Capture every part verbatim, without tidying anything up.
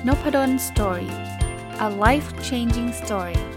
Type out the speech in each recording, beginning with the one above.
Nopadon Story. A life-changing story.ส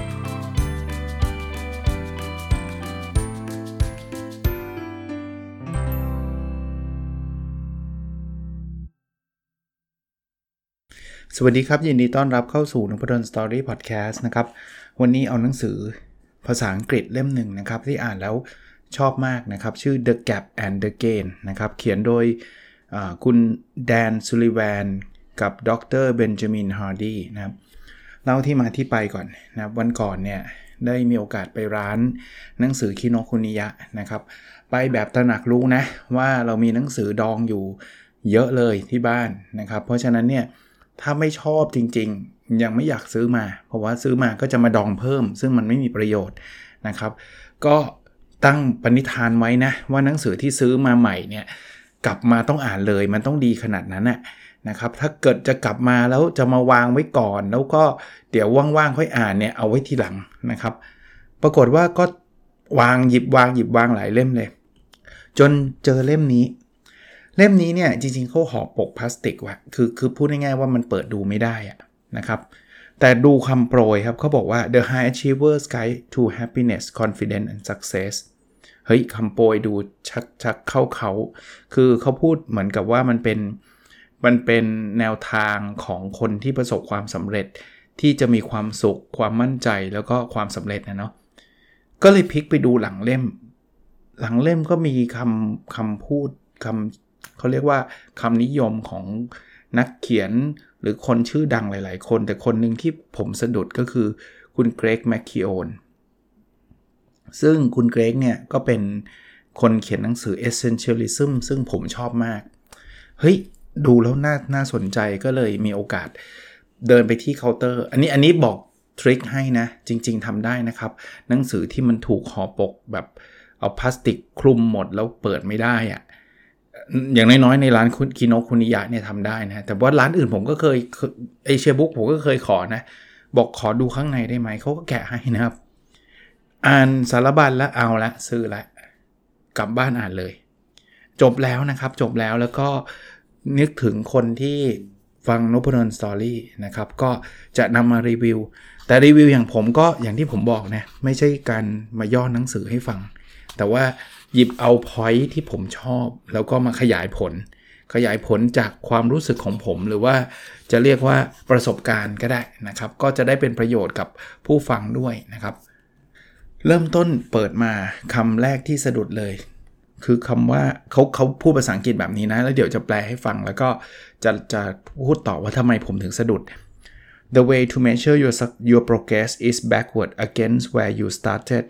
วัสดีครับยินดีต้อนรับเข้าสู่ Nopadon Story Podcast นะครับวันนี้เอาหนังสือภาษาอังกฤษเล่มหนึ่งนะครับที่อ่านแล้วชอบมากนะครับชื่อ The Gap and the Gain นะครับเขียนโดยคุณแดนซูลิแวนกับดรเบนจามินฮาร์ดีนะครับเล่าที่มาที่ไปก่อนนะครับวันก่อนเนี่ยได้มีโอกาสไปร้านหนังสือคิโนคุนิยะนะครับไปแบบตระหนักรู้นะว่าเรามีหนังสือดองอยู่เยอะเลยที่บ้านนะครับเพราะฉะนั้นเนี่ยถ้าไม่ชอบจริงๆยังไม่อยากซื้อมาเพราะว่าซื้อมาก็จะมาดองเพิ่มซึ่งมันไม่มีประโยชน์นะครับก็ตั้งปณิธานไว้นะว่าหนังสือที่ซื้อมาใหม่เนี่ยกลับมาต้องอ่านเลยมันต้องดีขนาดนั้นน่ะนะครับถ้าเกิดจะกลับมาแล้วจะมาวางไว้ก่อนแล้วก็เดี๋ยวว่างๆค่อยอ่านเนี่ยเอาไว้ทีหลังนะครับปรากฏว่าก็วางหยิบวางหยิบวางหลายเล่มเลยจนเจอเล่มนี้เล่มนี้เนี่ยจริงๆเขาห่อปกพลาสติกไว้คือคือพูดง่ายๆว่ามันเปิดดูไม่ได้อะนะครับแต่ดูคำโปรยครับเขาบอกว่า The High Achievers Guide to Happiness Confidence and Success เฮ้ยคำโปรยดูชักชักเข้าเขาคือเขาพูดเหมือนกับว่ามันเป็นมันเป็นแนวทางของคนที่ประสบความสำเร็จที่จะมีความสุขความมั่นใจแล้วก็ความสำเร็จนะเนาะก็เลยพลิกไปดูหลังเล่มหลังเล่มก็มีคำคำพูดคำเขาเรียกว่าคำนิยมของนักเขียนหรือคนชื่อดังหลายๆคนแต่คนหนึ่งที่ผมสะดุดก็คือคุณเกรกแมคคิโอนซึ่งคุณเกรกเนี่ยก็เป็นคนเขียนหนังสือ Essentialism ซึ่งผมชอบมากเฮ้ยดูแล้วน่าน่าสนใจก็เลยมีโอกาสเดินไปที่เคาน์เตอร์อันนี้อันนี้บอกทริคให้นะจริงๆทำได้นะครับหนังสือที่มันถูกห่อปกแบบเอาพลาสติกคลุมหมดแล้วเปิดไม่ได้อะอย่างน้อยๆในร้านคิโนคุนิยะเนี่ยทำได้นะแต่ว่าร้านอื่นผมก็เคยเอเชียบุ๊กผมก็เคยขอนะบอกขอดูข้างในได้ไหมเขาก็แกะให้นะครับอ่านสารบัญแล้วเอาละซื้อละกลับบ้านอ่านเลยจบแล้วนะครับจบแล้วแล้วก็นึกถึงคนที่ฟัง Nopadon Story นะครับก็จะนำมารีวิวแต่รีวิวอย่างผมก็อย่างที่ผมบอกนะไม่ใช่การมาย่อหนังสือให้ฟังแต่ว่าหยิบเอา point ที่ผมชอบแล้วก็มาขยายผลขยายผลจากความรู้สึกของผมหรือว่าจะเรียกว่าประสบการณ์ก็ได้นะครับก็จะได้เป็นประโยชน์กับผู้ฟังด้วยนะครับเริ่มต้นเปิดมาคำแรกที่สะดุดเลยคือคำว่าเขาเขาพูดภาษาอังกฤษแบบนี้นะแล้วเดี๋ยวจะแปลให้ฟังแล้วก็จะจะพูดต่อว่าทำไมผมถึงสะดุด The way to measure your your progress is backward against where you started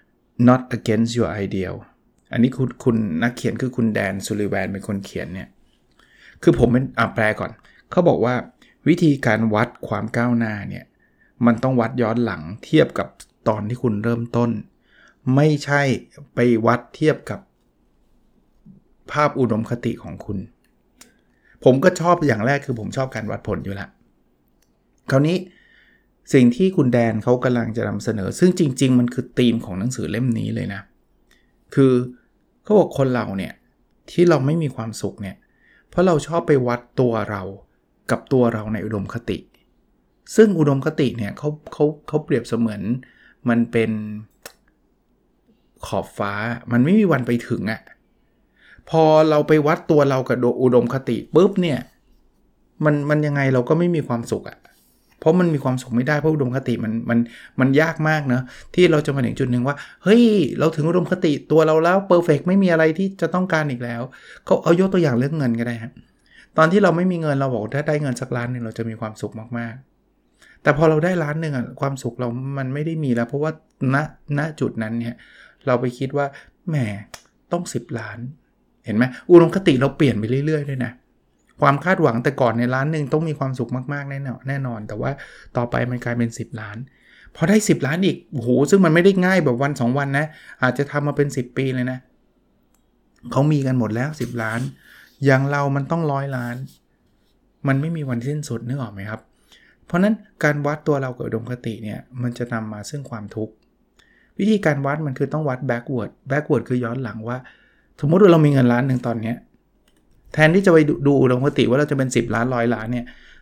not against your ideal อันนี้คุณคุณนักเขียนคือคุณแดนซูลิแวนเป็นคนเขียนเนี่ยคือผมเป็นอ่ะแปลก่อนเขาบอกว่าวิธีการวัดความก้าวหน้าเนี่ยมันต้องวัดย้อนหลังเทียบกับตอนที่คุณเริ่มต้นไม่ใช่ไปวัดเทียบกับภาพอุดมคติของคุณผมก็ชอบอย่างแรกคือผมชอบการวัดผลอยู่แล้วคราวนี้สิ่งที่คุณแดนเขากำลังจะนำเสนอซึ่งจริงๆมันคือธีมของหนังสือเล่มนี้เลยนะคือเขาบอกคนเราเนี่ยที่เราไม่มีความสุขเนี่ยเพราะเราชอบไปวัดตัวเรากับตัวเราในอุดมคติซึ่งอุดมคติเนี่ยเขาเขาเขาเปรียบเสมือนมันเป็นขอบฟ้ามันไม่มีวันไปถึงอ่ะพอเราไปวัดตัวเรากับอุดมคติปุ๊บเนี่ยมันมันยังไงเราก็ไม่มีความสุขอ่ะเพราะมันมีความสุขไม่ได้เพราะอุดมคติมันมันมันยากมากนะที่เราจะมาถึงจุดนึงว่าเฮ้ยเราถึงอุดมคติตัวเราแล้วเพอร์เฟคไม่มีอะไรที่จะต้องการอีกแล้วเขาเอายกตัวอย่างเรื่องเงินก็ได้ครับตอนที่เราไม่มีเงินเราบอกถ้าได้เงินสักล้านนึงเราจะมีความสุขมากๆแต่พอเราได้ล้านนึงอ่ะความสุขเรามันไม่ได้มีแล้วเพราะว่าณณจุดนั้นเนี่ยเราไปคิดว่าแหมต้องสิบล้านเห็นไหมอุดมคติเราเปลี่ยนไปเรื่อยๆด้วยนะความคาดหวังแต่ก่อนในล้านหนึ่งต้องมีความสุขมากๆแน่นอนแน่นอนแต่ว่าต่อไปมันกลายเป็นสิบล้านพอได้สิบล้านอีกโอ้โหซึ่งมันไม่ได้ง่ายแบบวันสองวันนะอาจจะทำมาเป็นสิบปีเลยนะเขามีกันหมดแล้วสิบล้านอย่างเรามันต้องร้อยล้านมันไม่มีวันสิ้นสุดนึกออกไหมครับเพราะนั้นการวัดตัวเรากับอุดมคติเนี่ยมันจะนำมาซึ่งความทุกข์วิธีการวัดมันคือต้องวัด backward backward คือย้อนหลังว่าสมมติว่าเรามีเงินล้านนึงตอนนี้แทนที่จะไปดูอุดมคติว่าเราจะเป็นสิบล้านร้อยล้านเนี่ย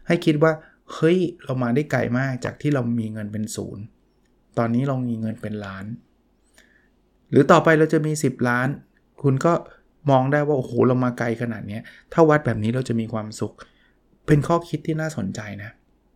ให้คิดว่าเฮ้ยเรามาได้ไกลมากจากที่เรามีเงินเป็นศูนย์ตอนนี้เรามีเงินเป็นล้านหรือต่อไปเราจะมีสิบล้านคุณก็มองได้ว่าโอ้โหเรามาไกลขนาดนี้ถ้าวัดแบบนี้เราจะมีความสุขเป็นข้อคิดที่น่าสนใจนะ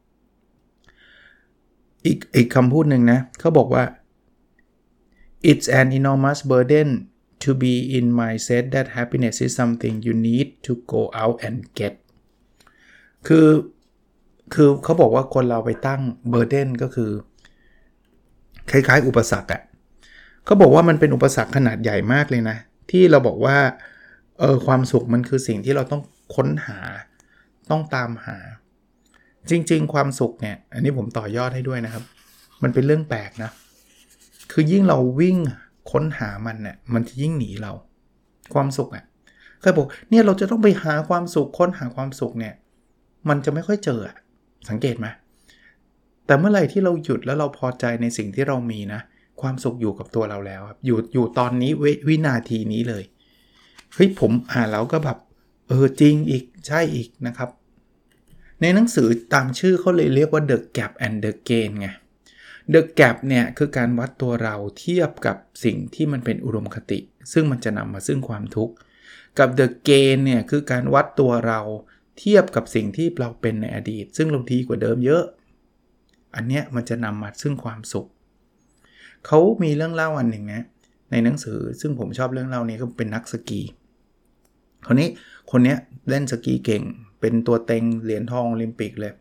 อีกอีกคำพูดหนึ่งนะเขาบอกว่า it's an enormous burden to be in mindset that happiness is something you need to go out and get คือคือเขาบอกว่าคนเราไปตั้ง burden ก็คือคล้ายๆอุปสรรคอะเขาบอกว่ามันเป็นอุปสรรคขนาดใหญ่มากเลยนะที่เราบอกว่าเออความสุขมันคือสิ่งที่เราต้องค้นหาต้องตามหาจริงๆความสุขเนี่ยอันนี้ผมต่อยอดให้ด้วยนะครับมันเป็นเรื่องแปลกนะคือยิ่งเราวิ่งค้นหามันเนี่ยมันจะยิ่งหนีเราความสุขอ่ะเคยบอกเนี่ยเราจะต้องไปหาความสุขค้นหาความสุขเนี่ยมันจะไม่ค่อยเจอสังเกตไหมแต่เมื่อไหร่ที่เราหยุดแล้วเราพอใจในสิ่งที่เรามีนะความสุขอยู่กับตัวเราแล้วครับอยู่อยู่ตอนนี้ววินาทีนี้เลยเฮ้ยผมอ่านแล้วก็แบบเออจริงอีกใช่อีกนะครับในหนังสือตามชื่อเขาเลยเรียกว่า The Gap and the Gain ไง The Gap เนี่ยคือการวัดตัวเราเทียบกับสิ่งที่มันเป็นอุดมคติซึ่งมันจะนำมาซึ่งความทุกข์กับ The Gain เนี่ยคือการวัดตัวเราเทียบกับสิ่งที่เราเป็นในอดีตซึ่งเราดีกว่าเดิมเยอะอันเนี้ยมันจะนำมาซึ่งความสุขเขามีเรื่องเล่าอันหนึ่งนะในหนังสือซึ่งผมชอบเรื่องเล่านี้ก็เป็นนักสกีคราวนี้คนเนี้ยเล่นสกีเก่งเป็นตัวเต็งเหรียญทองโอลิมปิกเลย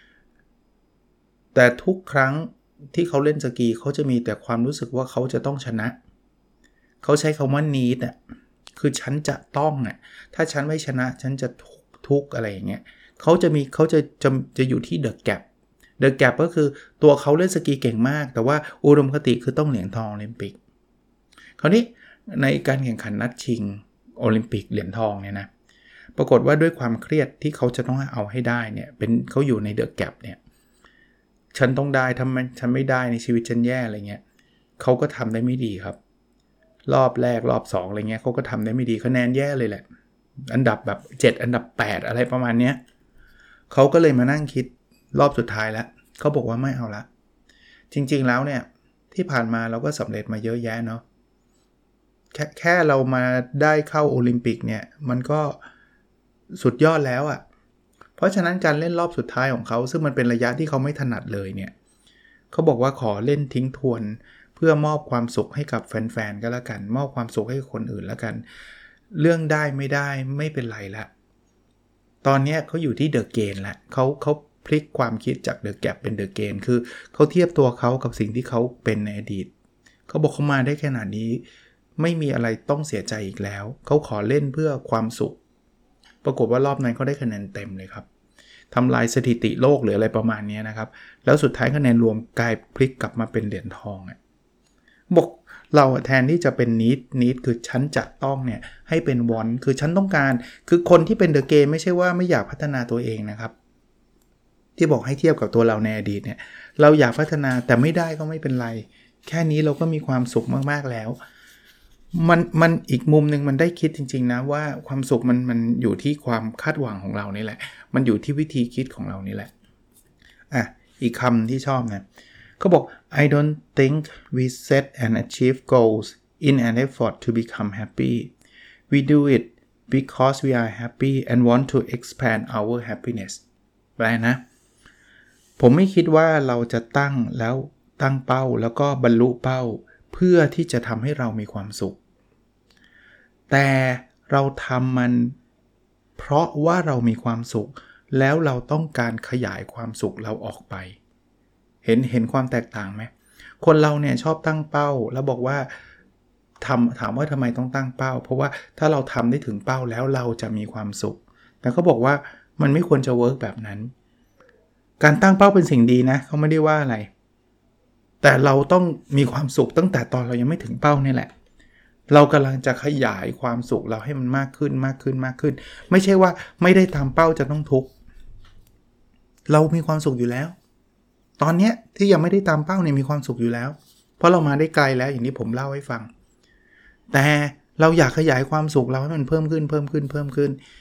แต่ทุกครั้งที่เขาเล่นสกีเขาจะมีแต่ความรู้สึกว่าเขาจะต้องชนะเขาใช้คำว่า need อ่ะคือฉันจะต้องอ่ะถ้าฉันไม่ชนะฉันจะทุกข์อะไรอย่างเงี้ยเขาจะมีเขาจะจะจะอยู่ที่ the gap the gap ก็คือตัวเขาเล่นสกีเก่งมากแต่ว่าอุดมคติคือต้องเหรียญทองโอลิมปิกคราวนี้ในการแข่งขันนัดชิงโอลิมปิกเหรียญทองเนี่ยนะปรากฏว่าด้วยความเครียดที่เขาจะต้องเอาให้ได้เนี่ยเป็นเขาอยู่ในเดอะแกปเนี่ยฉันต้องได้ทำไมฉันไม่ได้ในชีวิตฉันแย่อะไรเงี้ยเขาก็ทำได้ไม่ดีครับรอบแรกรอบสองอะไรเงี้ยเขาก็ทำได้ไม่ดีคะแนนแย่เลยแหละอันดับแบบเจ็ดอันดับแปดอะไรประมาณเนี้ยเขาก็เลยมานั่งคิดรอบสุดท้ายแล้วเขาบอกว่าไม่เอาละจริงๆแล้วเนี่ยที่ผ่านมาเราก็สำเร็จมาเยอะแยะเนาะแค่แค่เรามาได้เข้าโอลิมปิกเนี่ยมันก็สุดยอดแล้วอะ่ะเพราะฉะนั้นการเล่นรอบสุดท้ายของเขาซึ่งมันเป็นระยะที่เขาไม่ถนัดเลยเนี่ยเขาบอกว่าขอเล่นทิ้งทวนเพื่อมอบความสุขให้กับแฟนๆก็แล้วกันมอบความสุขให้คนอื่นแล้วกันเรื่องได้ไม่ได้ไม่เป็นไรละตอนนี้เขาอยู่ที่เดอะเกนละเขาเขาพลิกความคิดจากเดอะแกปเป็นเดอะเกนคือเขาเทียบตัวเขากับสิ่งที่เขาเป็นในอดีตเขาบอกเขามาได้ขนาดนี้ไม่มีอะไรต้องเสียใจอีกแล้วเขาขอเล่นเพื่อความสุขปรากฏว่ารอบนั้นเขาได้คะแนนเต็มเลยครับทำลายสถิติโลกหรืออะไรประมาณนี้นะครับแล้วสุดท้ายคะแนนรวมกลายพลิกกลับมาเป็นเหรียญทองอ่ะบอกเราแทนที่จะเป็นนิดนิดคือฉันจะต้องเนี่ยให้เป็นวอนคือฉันต้องการคือคนที่เป็นเดอะเกมไม่ใช่ว่าไม่อยากพัฒนาตัวเองนะครับที่บอกให้เทียบกับตัวเราในอดีตเนี่ยเราอยากพัฒนาแต่ไม่ได้ก็ไม่เป็นไรแค่นี้เราก็มีความสุขมากๆแล้วมันมันอีกมุมนึงมันได้คิดจริงๆนะว่าความสุขมันมันอยู่ที่ความคาดหวังของเรานี่แหละมันอยู่ที่วิธีคิดของเรานี่แหละอ่ะอีกคำที่ชอบนะเขาบอก I don't think we set and achieve goals in an effort to become happy we do it because we are happy and want to expand our happiness แปลนะผมไม่คิดว่าเราจะตั้งแล้วตั้งเป้าแล้วก็บรรลุเป้าเพื่อที่จะทำให้เรามีความสุขแต่เราทำมันเพราะว่าเรามีความสุขแล้วเราต้องการขยายความสุขเราออกไปเห็นเห็นความแตกต่างไหมคนเราเนี่ยชอบตั้งเป้าแล้วบอกว่าทำถามว่าทำไมต้องตั้งเป้าเพราะว่าถ้าเราทำได้ถึงเป้าแล้วเราจะมีความสุขแต่เขาบอกว่ามันไม่ควรจะเวิร์กแบบนั้นการตั้งเป้าเป็นสิ่งดีนะเขาไม่ได้ว่าอะไรแต่เราต้องมีความสุขตั้งแต่ตอนเรายังไม่ถึงเป้านี่แหละเรากำลังจะขยายความสุขเราให้มันมากขึ้นมากขึ้นมากขึ้นไม่ใช่ว่าไม่ได้ตามเป้าจะต้องทุกข์เรามีความสุขอยู่แล้วตอนนี้ที่ยังไม่ได้ตามเป้าเนี่ยมีความสุขอยู่แล้วเพราะเรามาได้ไกลแล้วอย่างที่ผมเล่าให้ฟังแต่เราอยากขยายความสุขเราให้มันเพิ่มขึ้นเพิ่มขึ้นเพิ่มขึ้น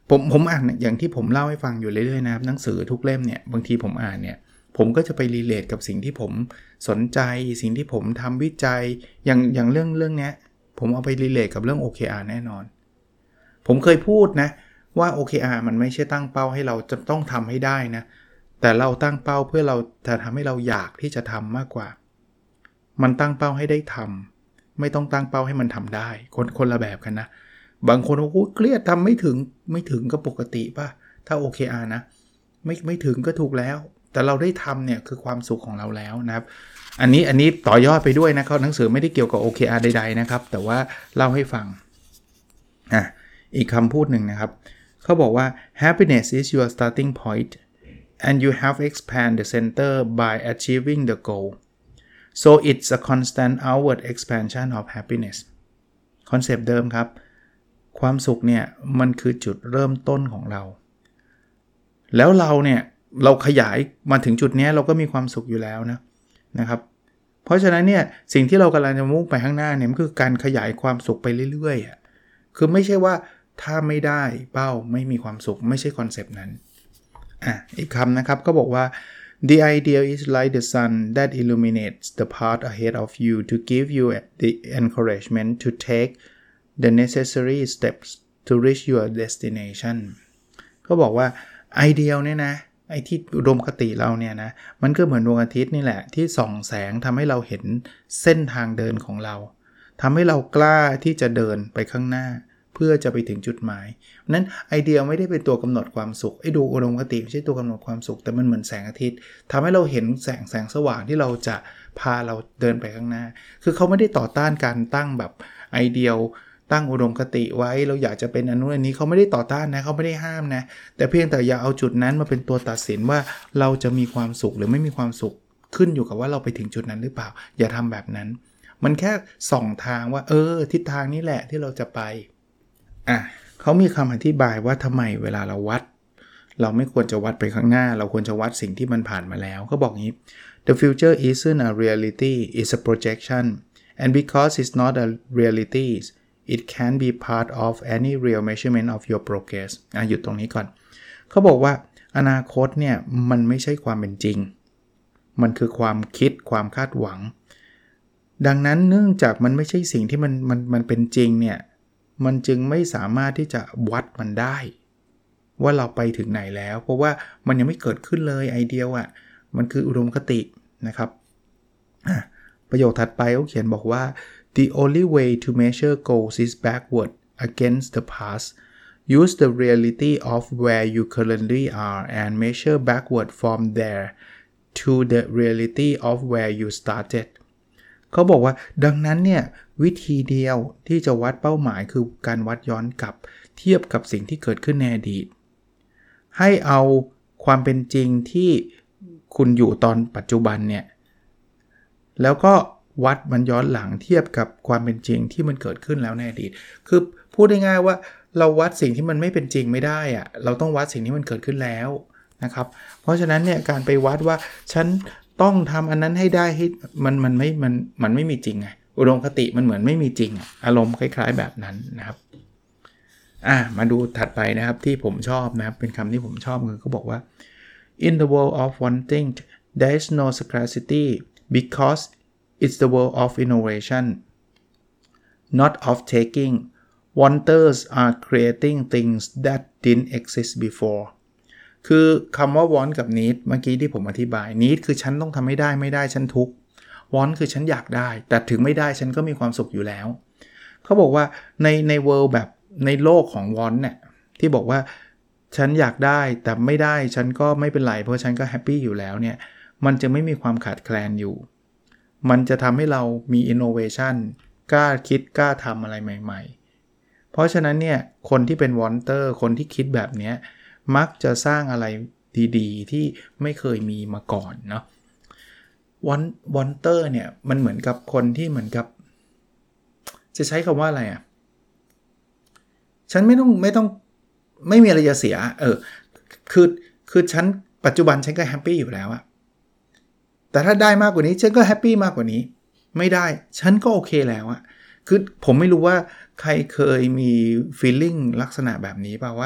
ผมผมอ่านอย่างที่ผมเล่าให้ฟังอยู่เรื่อยๆนะครับหนังสือทุกเล่มเนี่ยบางทีผมอ่านเนี่ยผมก็จะไปรีเลทกับสิ่งที่ผมสนใจสิ่งที่ผมทำวิจัยอย่างอย่างเรื่องเรื่องนี้ผมเอาไปรีเลทกับเรื่อง โอ เค อาร์ แน่นอนผมเคยพูดนะว่า โอ เค อาร์ มันไม่ใช่ตั้งเป้าให้เราจะต้องทำให้ได้นะแต่เราตั้งเป้าเพื่อเราจะทำให้เราอยากที่จะทำมากกว่ามันตั้งเป้าให้ได้ทำไม่ต้องตั้งเป้าให้มันทำได้คนคนละแบบกันนะบางคนโอ้โหเครียดทำไม่ถึงไม่ถึงก็ปกติป่ะถ้า โอ เค อาร์ นะไม่ไม่ถึงก็ถูกแล้วแต่เราได้ทำเนี่ยคือความสุขของเราแล้วนะครับอันนี้อันนี้ต่อยอดไปด้วยนะครับหนังสือไม่ได้เกี่ยวกับ โอ เค อาร์ ใดๆนะครับแต่ว่าเล่าให้ฟังอ่ะอีกคำพูดหนึ่งนะครับเขาบอกว่า happiness is your starting point and you have expand the center by achieving the goal so it's a constant outward expansion of happiness คอนเซปต์เดิมครับความสุขเนี่ยมันคือจุดเริ่มต้นของเราแล้วเราเนี่ยเราขยายมาถึงจุดนี้เราก็มีความสุขอยู่แล้วนะนะครับเพราะฉะนั้นเนี่ยสิ่งที่เรากำลังจะมุ่งไปข้างหน้าเนี่ยมันคือการขยายความสุขไปเรื่อยๆอ่ะคือไม่ใช่ว่าถ้าไม่ได้เป้าไม่มีความสุขไม่ใช่คอนเซปต์นั้นอ่ะอีกคำนะครับก็บอกว่า the ideal is like the sun that illuminates the path ahead of you to give you the encouragement to take the necessary steps to reach your destination ก็บอกว่าไอเดียเนี่ยนะไอ้ที่อุดมคติเราเนี่ยนะมันก็เหมือนดวงอาทิตย์นี่แหละที่ส่องแสงทำให้เราเห็นเส้นทางเดินของเราทำให้เรากล้าที่จะเดินไปข้างหน้าเพื่อจะไปถึงจุดหมายนั้นไอเดียไม่ได้เป็นตัวกำหนดความสุขไอ้ดูอุดมคติไม่ใช่ตัวกำหนดความสุขแต่มันเหมือนแสงอาทิตย์ทำให้เราเห็นแสงแสงสว่างที่เราจะพาเราเดินไปข้างหน้าคือเขาไม่ได้ต่อต้านการตั้งแบบไอเดียตั้งอุดมคติไว้เราอยากจะเป็นอันนู้นอันนี้เขาไม่ได้ต่อต้านนะเขาไม่ได้ห้ามนะแต่เพียงแต่อย่าเอาจุดนั้นมาเป็นตัวตัดสินว่าเราจะมีความสุขหรือไม่มีความสุขขึ้นอยู่กับว่าเราไปถึงจุดนั้นหรือเปล่าอย่าทำแบบนั้นมันแค่ส่องทางว่าเออทิศทางนี้แหละที่เราจะไปอ่ะเขามีคำอธิบายว่าทำไมเวลาเราวัดเราไม่ควรจะวัดไปข้างหน้าเราควรจะวัดสิ่งที่มันผ่านมาแล้วเขาบอกงี้ The future isn't a reality it's a projection and because it's not a reality it can be part of any real measurement of your progress อ่ะหยุดตรงนี้ก่อนเขาบอกว่าอนาคตเนี่ยมันไม่ใช่ความเป็นจริงมันคือความคิดความคาดหวังดังนั้นเนื่องจากมันไม่ใช่สิ่งที่มันมันมันเป็นจริงเนี่ยมันจึงไม่สามารถที่จะวัดมันได้ว่าเราไปถึงไหนแล้วเพราะว่ามันยังไม่เกิดขึ้นเลยไอเดียอ่ะมันคืออุดมคตินะครับประโยคถัดไปเขาเขียนบอกว่าThe only way to measure goals is backward against the past. Use the reality of where you currently are and measure backward from there to the reality of where you started. เขาบอกว่าดังนั้นเนี่ยวิธีเดียวที่จะวัดเป้าหมายคือการวัดย้อนกลับเทียบกับสิ่งที่เกิดขึ้นในอดีตให้เอาความเป็นจริงที่คุณอยู่ตอนปัจจุบันเนี่ยแล้วก็วัดมันย้อนหลังเทียบกับความเป็นจริงที่มันเกิดขึ้นแล้วในอดีตคือพูดง่ายๆว่าเราวัดสิ่งที่มันไม่เป็นจริงไม่ได้อะเราต้องวัดสิ่งที่มันเกิดขึ้นแล้วนะครับเพราะฉะนั้นเนี่ยการไปวัดว่าฉันต้องทำอันนั้นให้ได้ให้มันมันไม่มันมันไม่มีจริงไงอุดมคติมันเหมือนไม่มีจริงอารมณ์คล้ายๆแบบนั้นนะครับอ่ะมาดูถัดไปนะครับที่ผมชอบนะครับเป็นคำที่ผมชอบคือเขาบอกว่า In the world of wanting there is no scarcity because it's the world of innovation not of taking wanters are creating things that didn't exist before คือคำว่า want กับ need เมื่อกี้ที่ผมอธิบาย need คือฉันต้องทำให้ได้ไม่ได้ฉันทุกข์ want คือฉันอยากได้แต่ถึงไม่ได้ฉันก็มีความสุขอยู่แล้วเขาบอกว่าในใน world แบบในโลกของ want เนี่ยที่บอกว่าฉันอยากได้แต่ไม่ได้ฉันก็ไม่เป็นไรเพราะฉันก็แฮปปี้อยู่แล้วเนี่ยมันจะไม่มีความขาดแคลนอยู่มันจะทำให้เรามี innovation กล้าคิดกล้าทำอะไรใหม่ๆเพราะฉะนั้นเนี่ยคนที่เป็น wanter คนที่คิดแบบนี้มักจะสร้างอะไรดีๆที่ไม่เคยมีมาก่อนเนาะ want wanter เนี่ยมันเหมือนกับคนที่เหมือนกับจะใช้คำว่าอะไรอ่ะฉันไม่ต้องไม่ต้องไม่มีอะไรจะเสียเออคือคือฉันปัจจุบันฉันก็แฮปปี้อยู่แล้วอะแต่ถ้าได้มากกว่านี้ฉันก็แฮปปี้มากกว่านี้ไม่ได้ฉันก็โอเคแล้วอะคือผมไม่รู้ว่าใครเคยมี feeling ลักษณะแบบนี้ป่ะว่า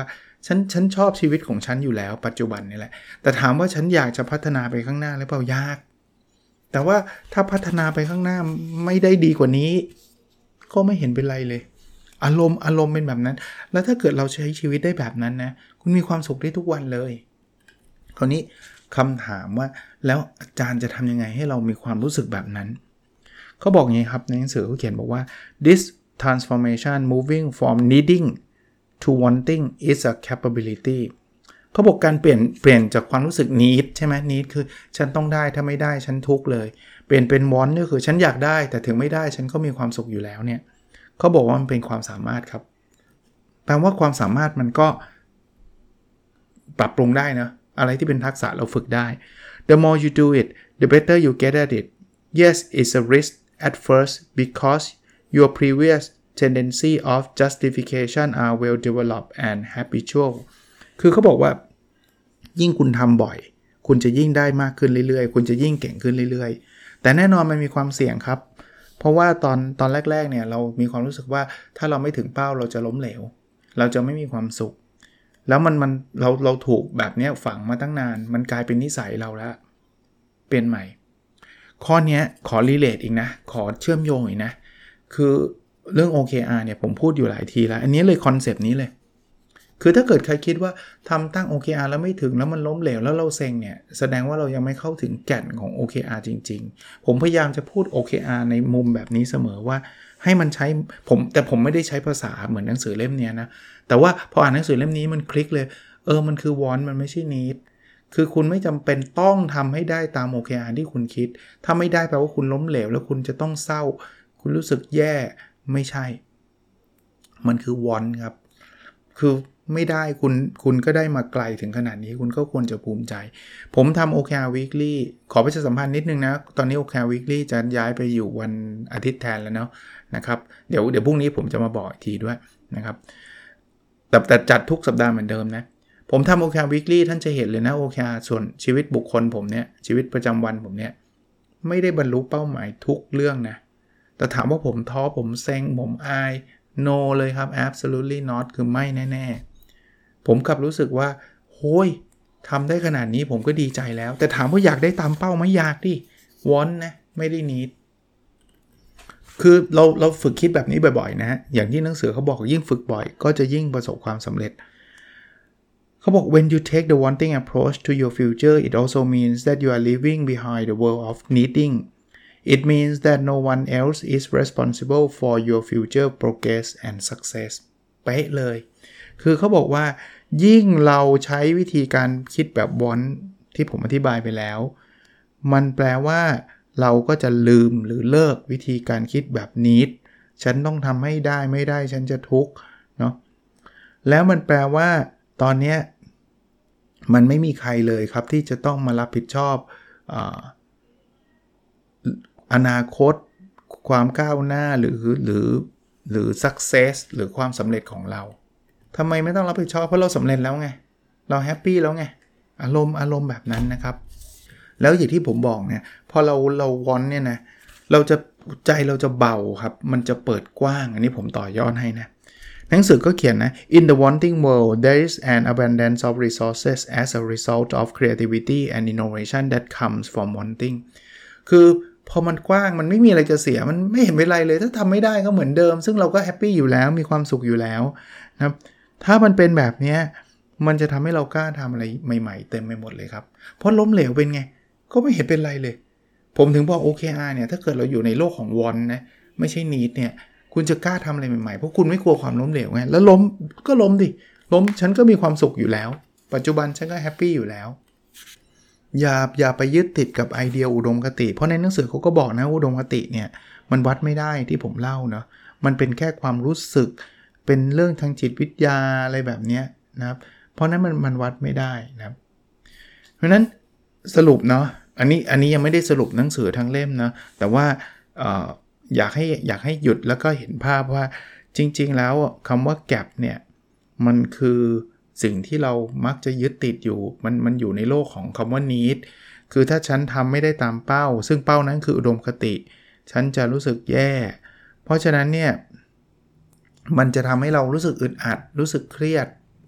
ฉันฉันชอบชีวิตของฉันอยู่แล้วปัจจุบันนี่แหละแต่ถามว่าฉันอยากจะพัฒนาไปข้างหน้าหรือเปล่ายากแต่ว่าถ้าพัฒนาไปข้างหน้าไม่ได้ดีกว่านี้ก็ไม่เห็นเป็นไรเลยอารมณ์อารมณ์เป็นแบบนั้นแล้วถ้าเกิดเราใช้ชีวิตได้แบบนั้นนะคุณมีความสุขได้ทุกวันเลยคราวนี้คำถามว่าแล้วอาจารย์จะทำยังไงให้เรามีความรู้สึกแบบนั้นเขาบอกอย่างนี้ครับในหนังสือเขาเขียนบอกว่า this transformation moving from needing to wanting is a capability เขาบอกการเปลี่ยนเปลี่ยนจากความรู้สึก need ใช่ไหม need คือฉันต้องได้ถ้าไม่ได้ฉันทุกข์เลยเปลี่ยนเป็น want ก็คือฉันอยากได้แต่ถึงไม่ได้ฉันก็มีความสุขอยู่แล้วเนี่ยเขาบอกว่ามันเป็นความสามารถครับแปลว่าความสามารถมันก็ปรับปรุงได้นะอะไรที่เป็นทักษะเราฝึกได้ the more you do it the better you get at it yes it's a risk at first because your previous tendency of justification are well developed and habitual คือเขาบอกว่ายิ่งคุณทำบ่อยคุณจะยิ่งได้มากขึ้นเรื่อยๆคุณจะยิ่งเก่งขึ้นเรื่อยๆแต่แน่นอนมันมีความเสี่ยงครับเพราะว่าตอนตอนแรกๆเนี่ยเรามีความรู้สึกว่าถ้าเราไม่ถึงเป้าเราจะล้มเหลวเราจะไม่มีความสุขแล้วมันมันเราเราถูกแบบนี้ฝังมาตั้งนานมันกลายเป็นนิสัยเราแล้วเปลี่ยนใหม่ข้อนี้ขอรีเลทอีกนะขอเชื่อมโยงอีกนะคือเรื่อง โอ เค อาร์ เนี่ยผมพูดอยู่หลายทีแล้วอันนี้เลยคอนเซปต์นี้เลยคือถ้าเกิดใครคิดว่าทำตั้ง โอ เค อาร์ แล้วไม่ถึงแล้วมันล้มเหลวแล้วเราเซ็งเนี่ยแสดงว่าเรายังไม่เข้าถึงแก่นของ โอ เค อาร์ จริงๆผมพยายามจะพูด โอ เค อาร์ ในมุมแบบนี้เสมอว่าให้มันใช้ผมแต่ผมไม่ได้ใช้ภาษาเหมือนหนังสือเล่มนี้นะแต่ว่าพออ่านหนังสือเล่มนี้มันคลิกเลยเออมันคือ want มันไม่ใช่ need คือคุณไม่จำเป็นต้องทำให้ได้ตาม โอ เค อาร์ ที่คุณคิดถ้าไม่ได้แปลว่าคุณล้มเหลวแล้วคุณจะต้องเศร้าคุณรู้สึกแย่ไม่ใช่มันคือ want ครับคือไม่ได้คุณคุณก็ได้มาไกลถึงขนาดนี้คุณก็ควรจะภูมิใจผมทำ โอ เค อาร์ Weekly ขอประชาสัมพันธ์นิดนึงนะตอนนี้ โอ เค อาร์ Weekly จะย้ายไปอยู่วันอาทิตย์แทนแล้วเนาะนะครับเดี๋ยวเดี๋ยวพรุ่งนี้ผมจะมาบอกอีกทีด้วยนะครับแต่แต่จัดทุกสัปดาห์เหมือนเดิมนะผมทำ โอ เค อาร์ Weekly ท่านจะเห็นเลยนะ โอ เค อาร์ ส่วนชีวิตบุคคลผมเนี่ยชีวิตประจำวันผมเนี่ยไม่ได้บรรลุเป้าหมายทุกเรื่องนะแต่ถามว่าผมท้อผมเซ็งผมอาย no เลยครับ absolutely not คือไม่แน่ๆผมกลับรู้สึกว่าโห้ยทำได้ขนาดนี้ผมก็ดีใจแล้วแต่ถามว่าอยากได้ตามเป้าไหมอยากดิ want นะไม่ได้ need คือเราเราฝึกคิดแบบนี้บ่อยๆนะฮะอย่างที่หนังสือเขาบอกยิ่งฝึกบ่อยก็จะยิ่งประสบความสำเร็จเขาบอก when you take the wanting approach to your future it also means that you are living behind the world of needing it means that no one else is responsible for your future progress and success เป๊ะเลยคือเขาบอกว่ายิ่งเราใช้วิธีการคิดแบบ want ที่ผมอธิบายไปแล้วมันแปลว่าเราก็จะลืมหรือเลิกวิธีการคิดแบบ need ฉันต้องทำให้ได้ไม่ได้ฉันจะทุกข์เนาะแล้วมันแปลว่าตอนนี้มันไม่มีใครเลยครับที่จะต้องมารับผิดชอบอ่าอนาคตความก้าวหน้าหรือหรือหรือ success หรือความสำเร็จของเราทำไมไม่ต้องรับผิดชอบเพราะเราสำเร็จแล้วไงเราแฮปปี้แล้วไงอารมณ์อารมณ์แบบนั้นนะครับแล้วอย่างที่ผมบอกเนี่ยพอเราเราวอนเนี่ยนะเราจะใจเราจะเบาครับมันจะเปิดกว้างอันนี้ผมต่อยอดให้นะหนังสือก็เขียนนะ In the wanting world there is an abundance of resources as a result of creativity and innovation that comes from wanting คือพอมันกว้างมันไม่มีอะไรจะเสียมันไม่เห็นเป็นไรเลยถ้าทำไม่ได้ก็เหมือนเดิมซึ่งเราก็แฮปปี้อยู่แล้วมีความสุขอยู่แล้วนะครับถ้ามันเป็นแบบนี้มันจะทำให้เรากล้าทำอะไรใหม่ๆเต็มไปหมดเลยครับเพราะล้มเหลวเป็นไงก็ไม่เห็นเป็นไรเลยผมถึงบอก โอ เค อาร์ เนี่ยถ้าเกิดเราอยู่ในโลกของ want นะไม่ใช่ need เนี่ยคุณจะกล้าทำอะไรใหม่ๆเพราะคุณไม่กลัวความล้มเหลวไงแล้วล้มก็ล้มดิล้มฉันก็มีความสุขอยู่แล้วปัจจุบันฉันก็แฮปปี้อยู่แล้วอย่าอย่าไปยึดติดกับไอเดียอุดมคติเพราะในหนังสือเขาก็บอกนะอุดมคติเนี่ยมันวัดไม่ได้ที่ผมเล่าเนาะมันเป็นแค่ความรู้สึกเป็นเรื่องทางจิตวิทยาอะไรแบบนี้นะครับเพราะนั้นมันมันวัดไม่ได้นะครับเพราะนั้นสรุปเนาะอันนี้อันนี้ยังไม่ได้สรุปหนังสือทั้งเล่มนะแต่ว่าเอ่ออยากให้อยากให้หยุดแล้วก็เห็นภาพว่าจริงๆแล้วคำว่า gap เนี่ยมันคือสิ่งที่เรามักจะยึดติดอยู่มันมันอยู่ในโลกของคำว่า need คือถ้าฉันทำไม่ได้ตามเป้าซึ่งเป้านั้นคืออุดมคติฉันจะรู้สึกแย่เพราะฉะนั้นเนี่ยมันจะทำให้เรารู้สึกอึดอัดรู้สึกเครียด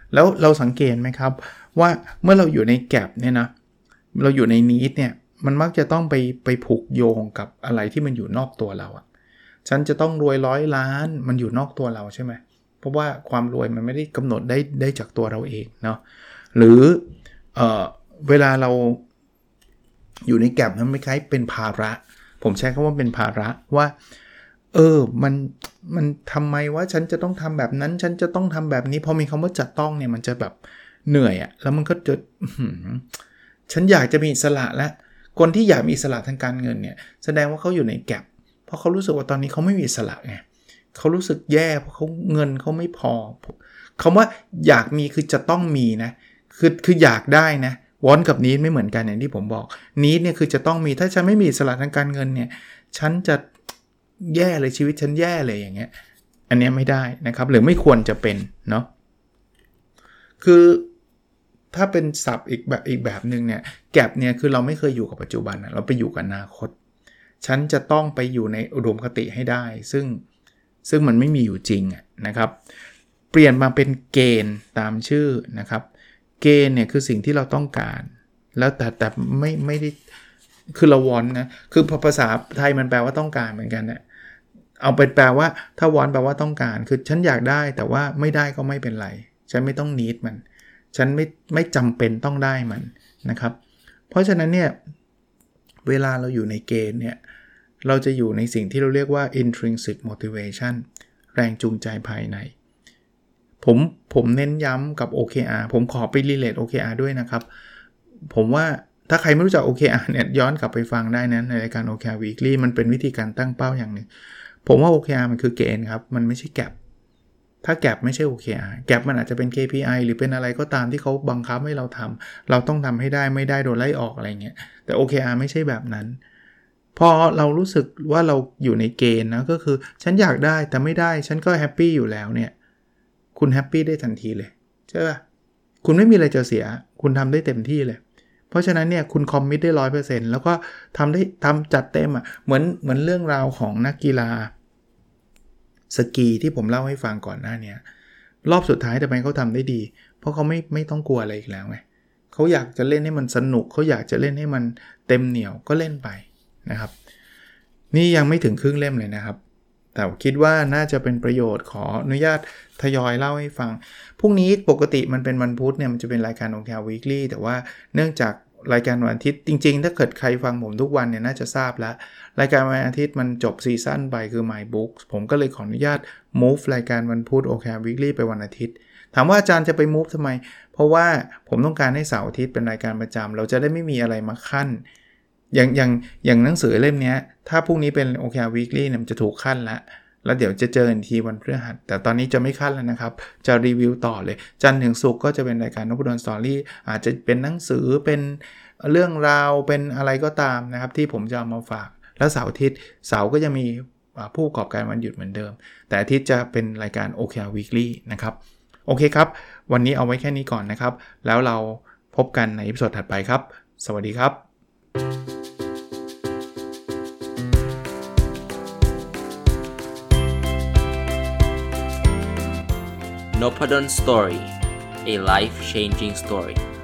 แล้วเราสังเกตไหมครับว่าเมื่อเราอยู่ในแก็ปเนี่ยนะเราอยู่ในนีดเนี่ยมันมักจะต้องไปไปผูกโยงกับอะไรที่มันอยู่นอกตัวเราอ่ะฉันจะต้องรวยร้อยล้านมันอยู่นอกตัวเราใช่ไหมเพราะว่าความรวยมันไม่ได้กำหนดได้ได้จากตัวเราเองเนาะหรือเอ่อเวลาเราอยู่ในแก็ปนั้นไม่คล้ายเป็นภาระผมใช้คำว่าเป็นภาระว่าเออมันมันทำไมว่าฉันจะต้องทำแบบนั้นฉันจะต้องทำแบบนี้พอมีคำว่าจะต้องเนี่ยมันจะแบบเหนื่อยอะแล้วมันก็จะฉันอยากจะมีอิสระและคนที่อยากมีอิสระทางการเงินเนี่ยแสดงว่าเขาอยู่ในแก็ปเพราะเขารู้สึกว่าตอนนี้เขาไม่มีอิสระไงเขารู้สึกแย่เพราะเขาเงินเขาไม่พอคำว่าอยากมีคือจะต้องมีนะคือคืออยากได้นะวอนกับนี้ไม่เหมือนกันอย่างที่ผมบอกนี้เนี่ยคือจะต้องมีถ้าฉันไม่มีอิสระทางการเงินเนี่ยฉันจะแย่เลยชีวิตฉันแย่เลยอย่างเงี้ยอันนี้ไม่ได้นะครับหรือไม่ควรจะเป็นเนาะคือถ้าเป็นศัพท์อีกแบบอีกแบบนึงเนี่ยแก็ปเนี่ยคือเราไม่เคยอยู่กับปัจจุบันนะเราไปอยู่กับอนาคตฉันจะต้องไปอยู่ในอุดมคติให้ได้ซึ่งซึ่งมันไม่มีอยู่จริงนะครับเปลี่ยนมาเป็นเกณฑ์ตามชื่อนะครับเกณฑ์เนี่ยคือสิ่งที่เราต้องการแล้วแต่แต่ไม่ไม่ได้คือเราวอนนะคือภาษาไทยมันแปลว่าต้องการเหมือนกันนะเอาไปแปลว่าถ้าวอนแปลว่าต้องการคือฉันอยากได้แต่ว่าไม่ได้ก็ไม่เป็นไรฉันไม่ต้องneedมันฉันไม่ไม่จำเป็นต้องได้มันนะครับเพราะฉะนั้นเนี่ยเวลาเราอยู่ในเกณฑ์เนี่ยเราจะอยู่ในสิ่งที่เราเรียกว่า intrinsic motivation แรงจูงใจภายในผมผมเน้นย้ำกับ โอ เค อาร์ ผมขอไป relate โอ เค อาร์ ด้วยนะครับผมว่าถ้าใครไม่รู้จัก โอ เค อาร์ เนี่ยย้อนกลับไปฟังได้นะในรายการ โอ เค อาร์ Weekly มันเป็นวิธีการตั้งเป้าอย่างหนึ่งผมว่า โอ เค อาร์ มันคือเกณฑ์ครับมันไม่ใช่แก็ปถ้าแก็ปไม่ใช่ โอ เค อาร์ แก็ปมันอาจจะเป็น เค พี ไอ หรือเป็นอะไรก็ตามที่เขาบังคับให้เราทำเราต้องทำให้ได้ไม่ได้โดนไล่ออกอะไรเงี้ยแต่ โอ เค อาร์ ไม่ใช่แบบนั้นพอเรารู้สึกว่าเราอยู่ในเกณฑ์นะก็คือฉันอยากได้แต่ไม่ได้ฉันก็แฮปปี้อยู่แล้วเนี่ยคุณแฮปปี้ได้ทันทีเลยใช่ป่ะคุณไม่มีอะไรจะเสียคุณทำได้เต็มที่เลยเพราะฉะนั้นเนี่ยคุณคอมมิตได้ ร้อยเปอร์เซ็นต์ แล้วก็ทำได้ทำจัดเต็มอ่ะเหมือนเหมือนเรื่องราวของนักกีฬาสกีที่ผมเล่าให้ฟังก่อนหน้านี้รอบสุดท้ายทำไมเขาทำได้ดีเพราะเขาไม่ไม่ต้องกลัวอะไรอีกแล้วไงเขาอยากจะเล่นให้มันสนุกเขาอยากจะเล่นให้มันเต็มเหนียวก็เล่นไปนะครับนี่ยังไม่ถึงครึ่งเล่มเลยนะครับแต่คิดว่าน่าจะเป็นประโยชน์ขออนุญาตทยอยเล่าให้ฟังพรุ่งนี้ปกติมันเป็นวันพุธเนี่ยมันจะเป็นรายการ โอ เค อาร์ Weekly แต่ว่าเนื่องจากรายการวันอาทิตย์จริงๆถ้าเกิดใครฟังผมทุกวันเนี่ยน่าจะทราบแล้วรายการวันอาทิตย์มันจบซีซั่นไปคือ My Books ผมก็เลยขออนุญาต move รายการวันพุธ โอ เค อาร์ Weekly ไปวันอาทิตย์ถามว่าอาจารย์จะไป move ทำไมเพราะว่าผมต้องการให้เสาร์อาทิตย์เป็นรายการประจำเราจะได้ไม่มีอะไรมาขั้นอย่างอย่างอย่างหนังสือเล่มนี้ถ้าพรุ่งนี้เป็น โอ เค อาร์ Weekly เนี่ยมันจะถูกขั้นแล้วแล้วเดี๋ยวจะเจอกันทีวันพฤหัสแต่ตอนนี้จะไม่ขั้นแล้วนะครับจะรีวิวต่อเลยจันทร์ถึงศุกร์ก็จะเป็นรายการนพดลสตอรี่อาจจะเป็นหนังสือเป็นเรื่องราวเป็นอะไรก็ตามนะครับที่ผมจะเอามาฝากแล้วเสาร์อาทิตย์เสาร์ก็จะมีผู้ประกอบการวันหยุดเหมือนเดิมแต่อาทิตย์จะเป็นรายการ โอ เค อาร์ Weekly นะครับโอเคครับวันนี้เอาไว้แค่นี้ก่อนนะครับแล้วเราพบกันในอีพิโซดถัดไปครับสวัสดีครับ Nopadon Story, a life-changing story.